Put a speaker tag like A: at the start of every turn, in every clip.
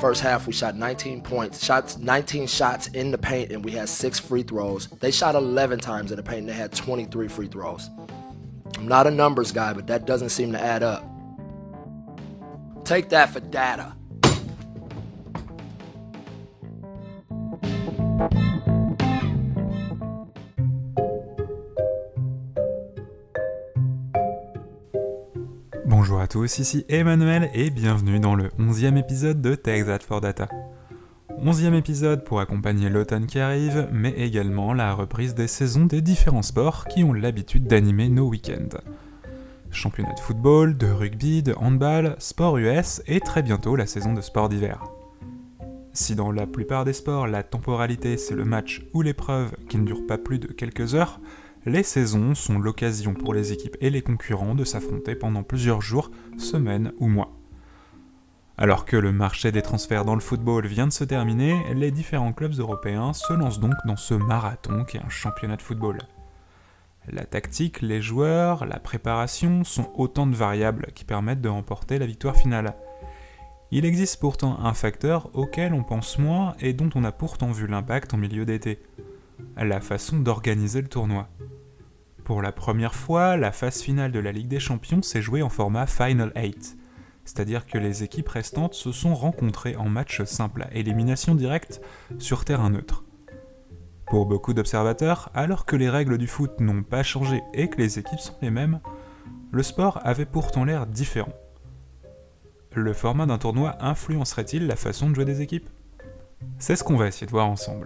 A: First half, we shot 19 shots in the paint, and we had 6 free throws. They shot 11 times in the paint, and they had 23 free throws. I'm not a numbers guy, but that doesn't seem to add up. Take that for data.
B: Bonjour à tous, ici Emmanuel et bienvenue dans le 11e épisode de Take That for Data. 11e épisode pour accompagner l'automne qui arrive, mais également la reprise des saisons des différents sports qui ont l'habitude d'animer nos week-ends. Championnat de football, de rugby, de handball, sport US et très bientôt la saison de sport d'hiver. Si dans la plupart des sports la temporalité c'est le match ou l'épreuve qui ne dure pas plus de quelques heures, les saisons sont l'occasion pour les équipes et les concurrents de s'affronter pendant plusieurs jours, semaines ou mois. Alors que le marché des transferts dans le football vient de se terminer, les différents clubs européens se lancent donc dans ce marathon qu'est un championnat de football. La tactique, les joueurs, la préparation sont autant de variables qui permettent de remporter la victoire finale. Il existe pourtant un facteur auquel on pense moins et dont on a pourtant vu l'impact en milieu d'été. La façon d'organiser le tournoi. Pour la première fois, la phase finale de la Ligue des Champions s'est jouée en format Final 8, c'est-à-dire que les équipes restantes se sont rencontrées en match simple à élimination directe sur terrain neutre. Pour beaucoup d'observateurs, alors que les règles du foot n'ont pas changé et que les équipes sont les mêmes, le sport avait pourtant l'air différent. Le format d'un tournoi influencerait-il la façon de jouer des équipes ? C'est ce qu'on va essayer de voir ensemble.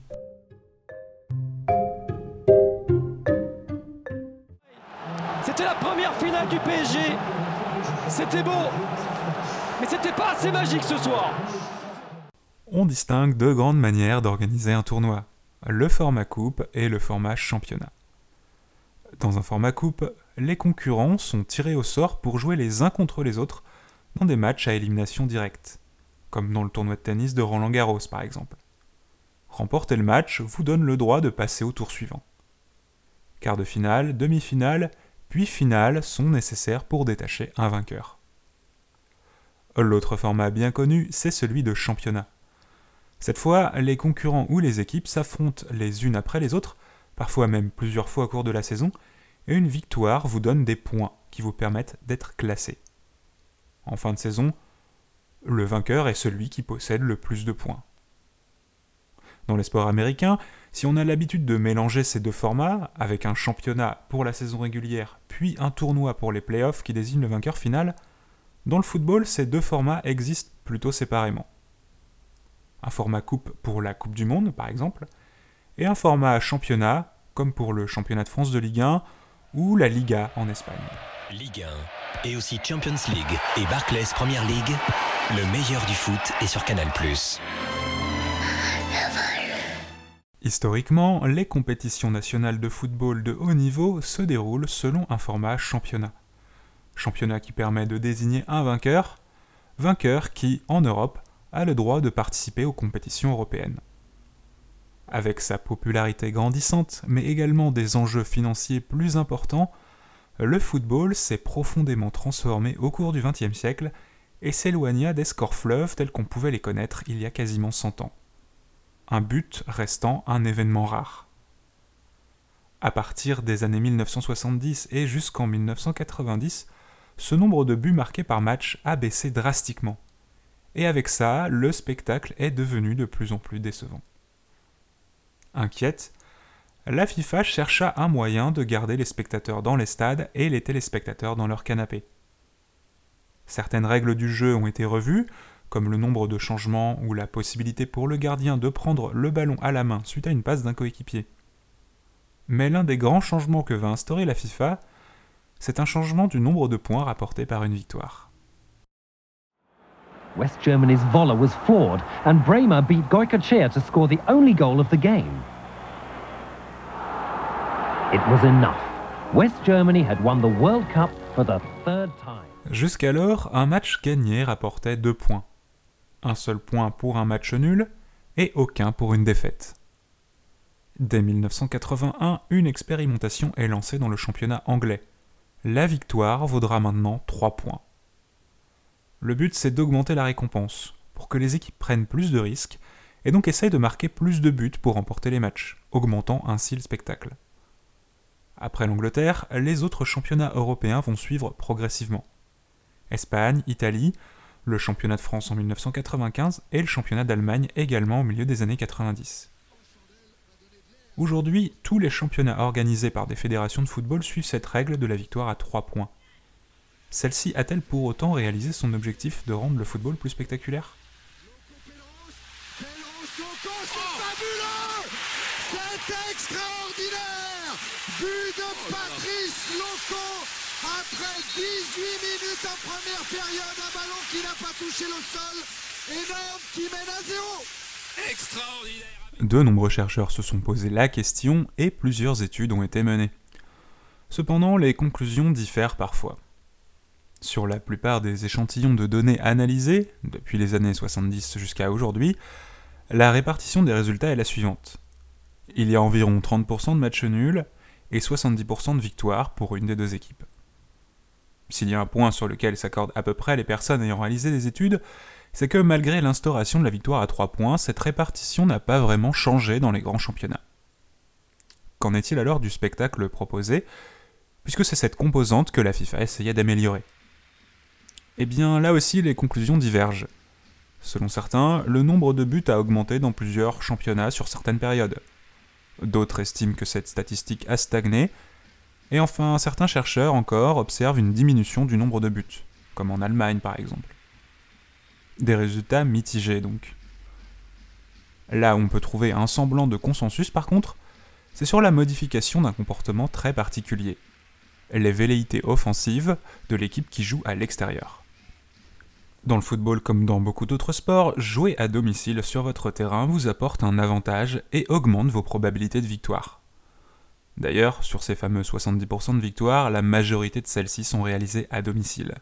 C: C'était la première finale du PSG. C'était beau, mais c'était pas assez magique ce soir.
B: On distingue deux grandes manières d'organiser un tournoi, le format coupe et le format championnat. Dans un format coupe, les concurrents sont tirés au sort pour jouer les uns contre les autres dans des matchs à élimination directe, comme dans le tournoi de tennis de Roland-Garros par exemple. Remporter le match vous donne le droit de passer au tour suivant. Quart de finale, demi-finale, puis finale sont nécessaires pour détacher un vainqueur. L'autre format bien connu, c'est celui de championnat. Cette fois, les concurrents ou les équipes s'affrontent les unes après les autres, parfois même plusieurs fois au cours de la saison, et une victoire vous donne des points qui vous permettent d'être classé. En fin de saison, le vainqueur est celui qui possède le plus de points. Dans les sports américains, si on a l'habitude de mélanger ces deux formats, avec un championnat pour la saison régulière, puis un tournoi pour les playoffs qui désigne le vainqueur final, dans le football, ces deux formats existent plutôt séparément. Un format coupe pour la Coupe du Monde, par exemple, et un format championnat, comme pour le championnat de France de Ligue 1 ou la Liga en Espagne.
D: Ligue 1 et aussi Champions League et Barclays Premier League, le meilleur du foot est sur Canal+.
B: Historiquement, les compétitions nationales de football de haut niveau se déroulent selon un format championnat. Championnat qui permet de désigner un vainqueur qui, en Europe, a le droit de participer aux compétitions européennes. Avec sa popularité grandissante, mais également des enjeux financiers plus importants, le football s'est profondément transformé au cours du XXe siècle et s'éloigna des scores fleuves tels qu'on pouvait les connaître il y a quasiment 100 ans. Un but restant un événement rare. À partir des années 1970 et jusqu'en 1990, ce nombre de buts marqués par match a baissé drastiquement. Et avec ça, le spectacle est devenu de plus en plus décevant. Inquiète, la FIFA chercha un moyen de garder les spectateurs dans les stades et les téléspectateurs dans leur canapé. Certaines règles du jeu ont été revues, comme le nombre de changements ou la possibilité pour le gardien de prendre le ballon à la main suite à une passe d'un coéquipier. Mais l'un des grands changements que va instaurer la FIFA, c'est un changement du nombre de points rapportés par une victoire.
C: West Germany's volley was flawed and Bremer beat Goycochea to score the only goal of the game. It was enough. West Germany had won the World Cup for the third time.
B: Jusqu'alors, un match gagné rapportait 2 points. Un seul point pour un match nul et aucun pour une défaite. Dès 1981, une expérimentation est lancée dans le championnat anglais. La victoire vaudra maintenant 3 points. Le but, c'est d'augmenter la récompense, pour que les équipes prennent plus de risques et donc essayent de marquer plus de buts pour remporter les matchs, augmentant ainsi le spectacle. Après l'Angleterre, les autres championnats européens vont suivre progressivement. Espagne, Italie, le championnat de France en 1995 et le championnat d'Allemagne également au milieu des années 90. Aujourd'hui, tous les championnats organisés par des fédérations de football suivent cette règle de la victoire à 3 points. Celle-ci a-t-elle pour autant réalisé son objectif de rendre le football plus spectaculaire ?
E: C'est extraordinaire! But de Patrice Loco après 18 minutes en première période, un ballon qui n'a pas touché le sol et Nantes qui mène à 0. Extraordinaire!
B: De nombreux chercheurs se sont posé la question et plusieurs études ont été menées. Cependant, les conclusions diffèrent parfois. Sur la plupart des échantillons de données analysés, depuis les années 70 jusqu'à aujourd'hui, la répartition des résultats est la suivante. Il y a environ 30% de matchs nuls et 70% de victoires pour une des deux équipes. S'il y a un point sur lequel s'accordent à peu près les personnes ayant réalisé des études, c'est que malgré l'instauration de la victoire à 3 points, cette répartition n'a pas vraiment changé dans les grands championnats. Qu'en est-il alors du spectacle proposé, puisque c'est cette composante que la FIFA essayait d'améliorer ? Eh bien, là aussi, les conclusions divergent. Selon certains, le nombre de buts a augmenté dans plusieurs championnats sur certaines périodes. D'autres estiment que cette statistique a stagné, et enfin, certains chercheurs encore observent une diminution du nombre de buts, comme en Allemagne par exemple. Des résultats mitigés donc. Là où on peut trouver un semblant de consensus par contre, c'est sur la modification d'un comportement très particulier, les velléités offensives de l'équipe qui joue à l'extérieur. Dans le football comme dans beaucoup d'autres sports, jouer à domicile sur votre terrain vous apporte un avantage et augmente vos probabilités de victoire. D'ailleurs, sur ces fameux 70% de victoires, la majorité de celles-ci sont réalisées à domicile.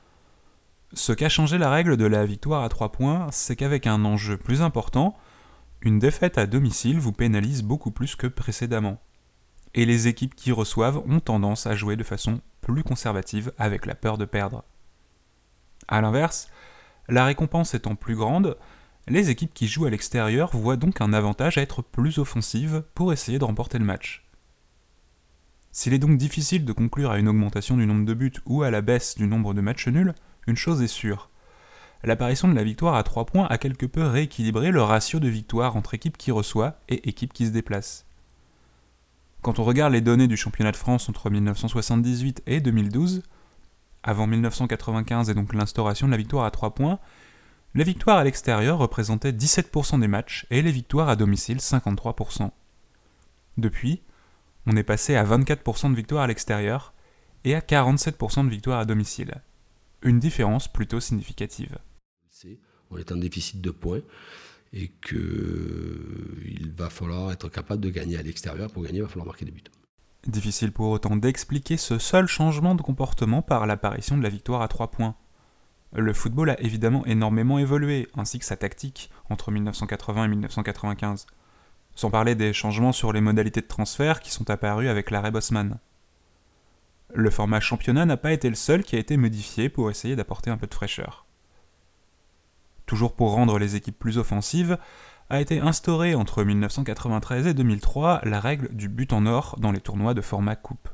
B: Ce qu'a changé la règle de la victoire à 3 points, c'est qu'avec un enjeu plus important, une défaite à domicile vous pénalise beaucoup plus que précédemment. Et les équipes qui reçoivent ont tendance à jouer de façon plus conservative avec la peur de perdre. A l'inverse, la récompense étant plus grande, les équipes qui jouent à l'extérieur voient donc un avantage à être plus offensives pour essayer de remporter le match. S'il est donc difficile de conclure à une augmentation du nombre de buts ou à la baisse du nombre de matchs nuls, une chose est sûre. L'apparition de la victoire à 3 points a quelque peu rééquilibré le ratio de victoires entre équipes qui reçoivent et équipes qui se déplacent. Quand on regarde les données du championnat de France entre 1978 et 2012, avant 1995 et donc l'instauration de la victoire à 3 points, les victoires à l'extérieur représentaient 17% des matchs et les victoires à domicile 53%. Depuis, on est passé à 24% de victoires à l'extérieur et à 47% de victoires à domicile. Une différence plutôt significative.
F: On est en déficit de points et qu'il va falloir être capable de gagner à l'extérieur. Pour gagner, il va falloir marquer des buts.
B: Difficile pour autant d'expliquer ce seul changement de comportement par l'apparition de la victoire à 3 points. Le football a évidemment énormément évolué, ainsi que sa tactique, entre 1980 et 1995. Sans parler des changements sur les modalités de transfert qui sont apparus avec l'arrêt Bosman. Le format championnat n'a pas été le seul qui a été modifié pour essayer d'apporter un peu de fraîcheur. Toujours pour rendre les équipes plus offensives, a été instaurée entre 1993 et 2003 la règle du but en or dans les tournois de format coupe.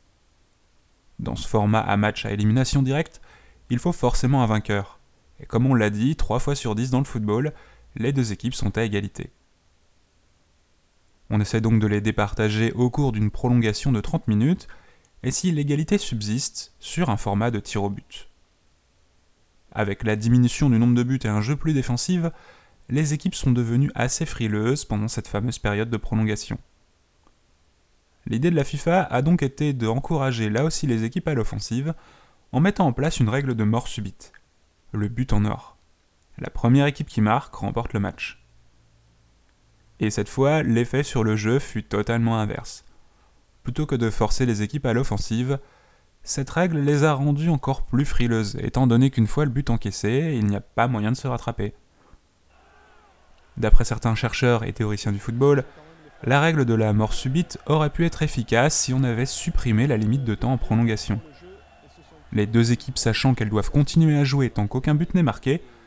B: Dans ce format à match à élimination directe, il faut forcément un vainqueur. Et comme on l'a dit, 3 fois sur 10 dans le football, les deux équipes sont à égalité. On essaie donc de les départager au cours d'une prolongation de 30 minutes, et si l'égalité subsiste sur un format de tir au but. Avec la diminution du nombre de buts et un jeu plus défensif, les équipes sont devenues assez frileuses pendant cette fameuse période de prolongation. L'idée de la FIFA a donc été d'encourager là aussi les équipes à l'offensive en mettant en place une règle de mort subite, le but en or. La première équipe qui marque remporte le match. Et cette fois, l'effet sur le jeu fut totalement inverse. Plutôt que de forcer les équipes à l'offensive, cette règle les a rendues encore plus frileuses, étant donné qu'une fois le but encaissé, il n'y a pas moyen de se rattraper. D'après certains chercheurs et théoriciens du football, la règle de la mort subite aurait pu être efficace si on avait supprimé la limite de temps en prolongation. Les deux équipes sachant qu'elles doivent continuer à jouer tant qu'aucun but n'est marqué,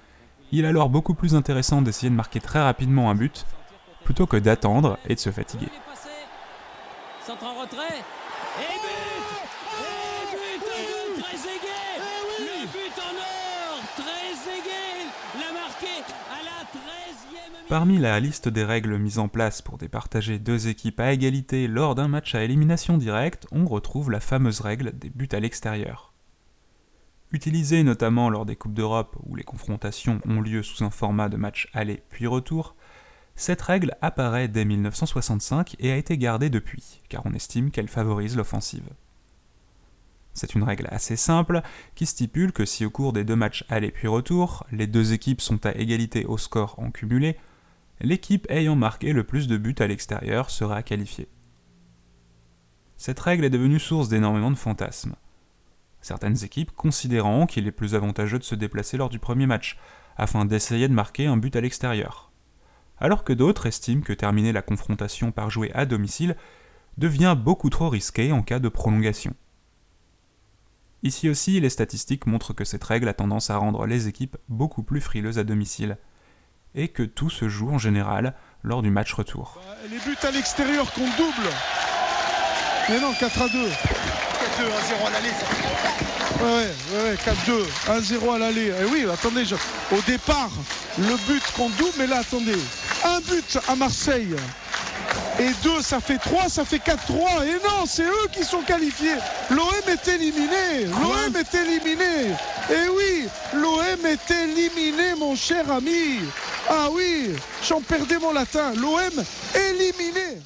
B: Il est alors beaucoup plus intéressant d'essayer de marquer très rapidement un but, plutôt que d'attendre et de se fatiguer.
C: Centre en retrait, et but de Trezeguet, le but en or, Trezeguet l'a marqué à la 13e minute.
B: Parmi la liste des règles mises en place pour départager deux équipes à égalité lors d'un match à élimination directe, on retrouve la fameuse règle des buts à l'extérieur. Utilisée notamment lors des Coupes d'Europe où les confrontations ont lieu sous un format de match aller puis retour, cette règle apparaît dès 1965 et a été gardée depuis, car on estime qu'elle favorise l'offensive. C'est une règle assez simple qui stipule que si au cours des deux matchs aller puis retour, les deux équipes sont à égalité au score en cumulé, l'équipe ayant marqué le plus de buts à l'extérieur sera qualifiée. Cette règle est devenue source d'énormément de fantasmes. Certaines équipes considérant qu'il est plus avantageux de se déplacer lors du premier match, afin d'essayer de marquer un but à l'extérieur. Alors que d'autres estiment que terminer la confrontation par jouer à domicile devient beaucoup trop risqué en cas de prolongation. Ici aussi, les statistiques montrent que cette règle a tendance à rendre les équipes beaucoup plus frileuses à domicile, et que tout se joue en général lors du match retour.
G: Les buts à l'extérieur qu'on double. Mais non, 4-2. 4-2, 1-0 à l'aller. Ouais, 4-2, 1-0 à l'aller. Et oui, attendez, au départ, le but qu'on double, mais là, attendez. Un but à Marseille. Et 2, ça fait 3, ça fait 4-3. Et non, c'est eux qui sont qualifiés. L'OM est éliminé. L'OM est éliminé. Et oui, l'OM est éliminé, mon cher ami. Ah oui, j'en perdais mon latin. L'OM éliminé.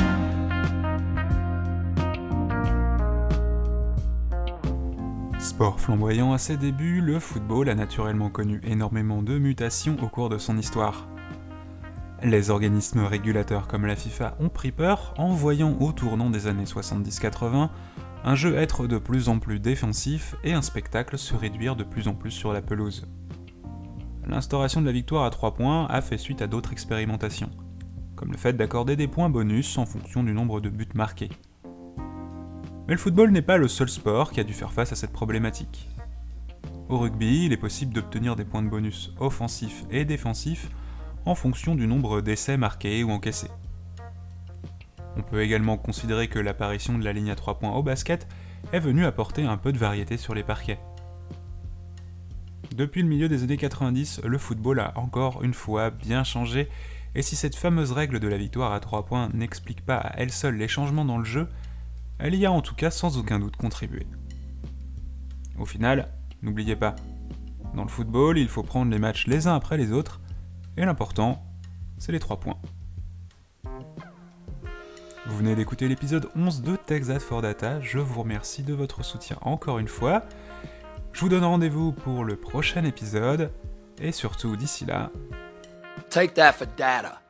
B: Sport flamboyant à ses débuts, le football a naturellement connu énormément de mutations au cours de son histoire. Les organismes régulateurs comme la FIFA ont pris peur en voyant au tournant des années 70-80 un jeu être de plus en plus défensif et un spectacle se réduire de plus en plus sur la pelouse. L'instauration de la victoire à 3 points a fait suite à d'autres expérimentations, comme le fait d'accorder des points bonus en fonction du nombre de buts marqués. Mais le football n'est pas le seul sport qui a dû faire face à cette problématique. Au rugby, il est possible d'obtenir des points de bonus offensifs et défensifs en fonction du nombre d'essais marqués ou encaissés. On peut également considérer que l'apparition de la ligne à 3 points au basket est venue apporter un peu de variété sur les parquets. Depuis le milieu des années 90, le football a encore une fois bien changé, et si cette fameuse règle de la victoire à 3 points n'explique pas à elle seule les changements dans le jeu, elle y a en tout cas sans aucun doute contribué. Au final, n'oubliez pas, dans le football, il faut prendre les matchs les uns après les autres, et l'important, c'est les 3 points. Vous venez d'écouter l'épisode 11 de Texas for Data, je vous remercie de votre soutien encore une fois. Je vous donne rendez-vous pour le prochain épisode, et surtout d'ici là...
A: Take that for data.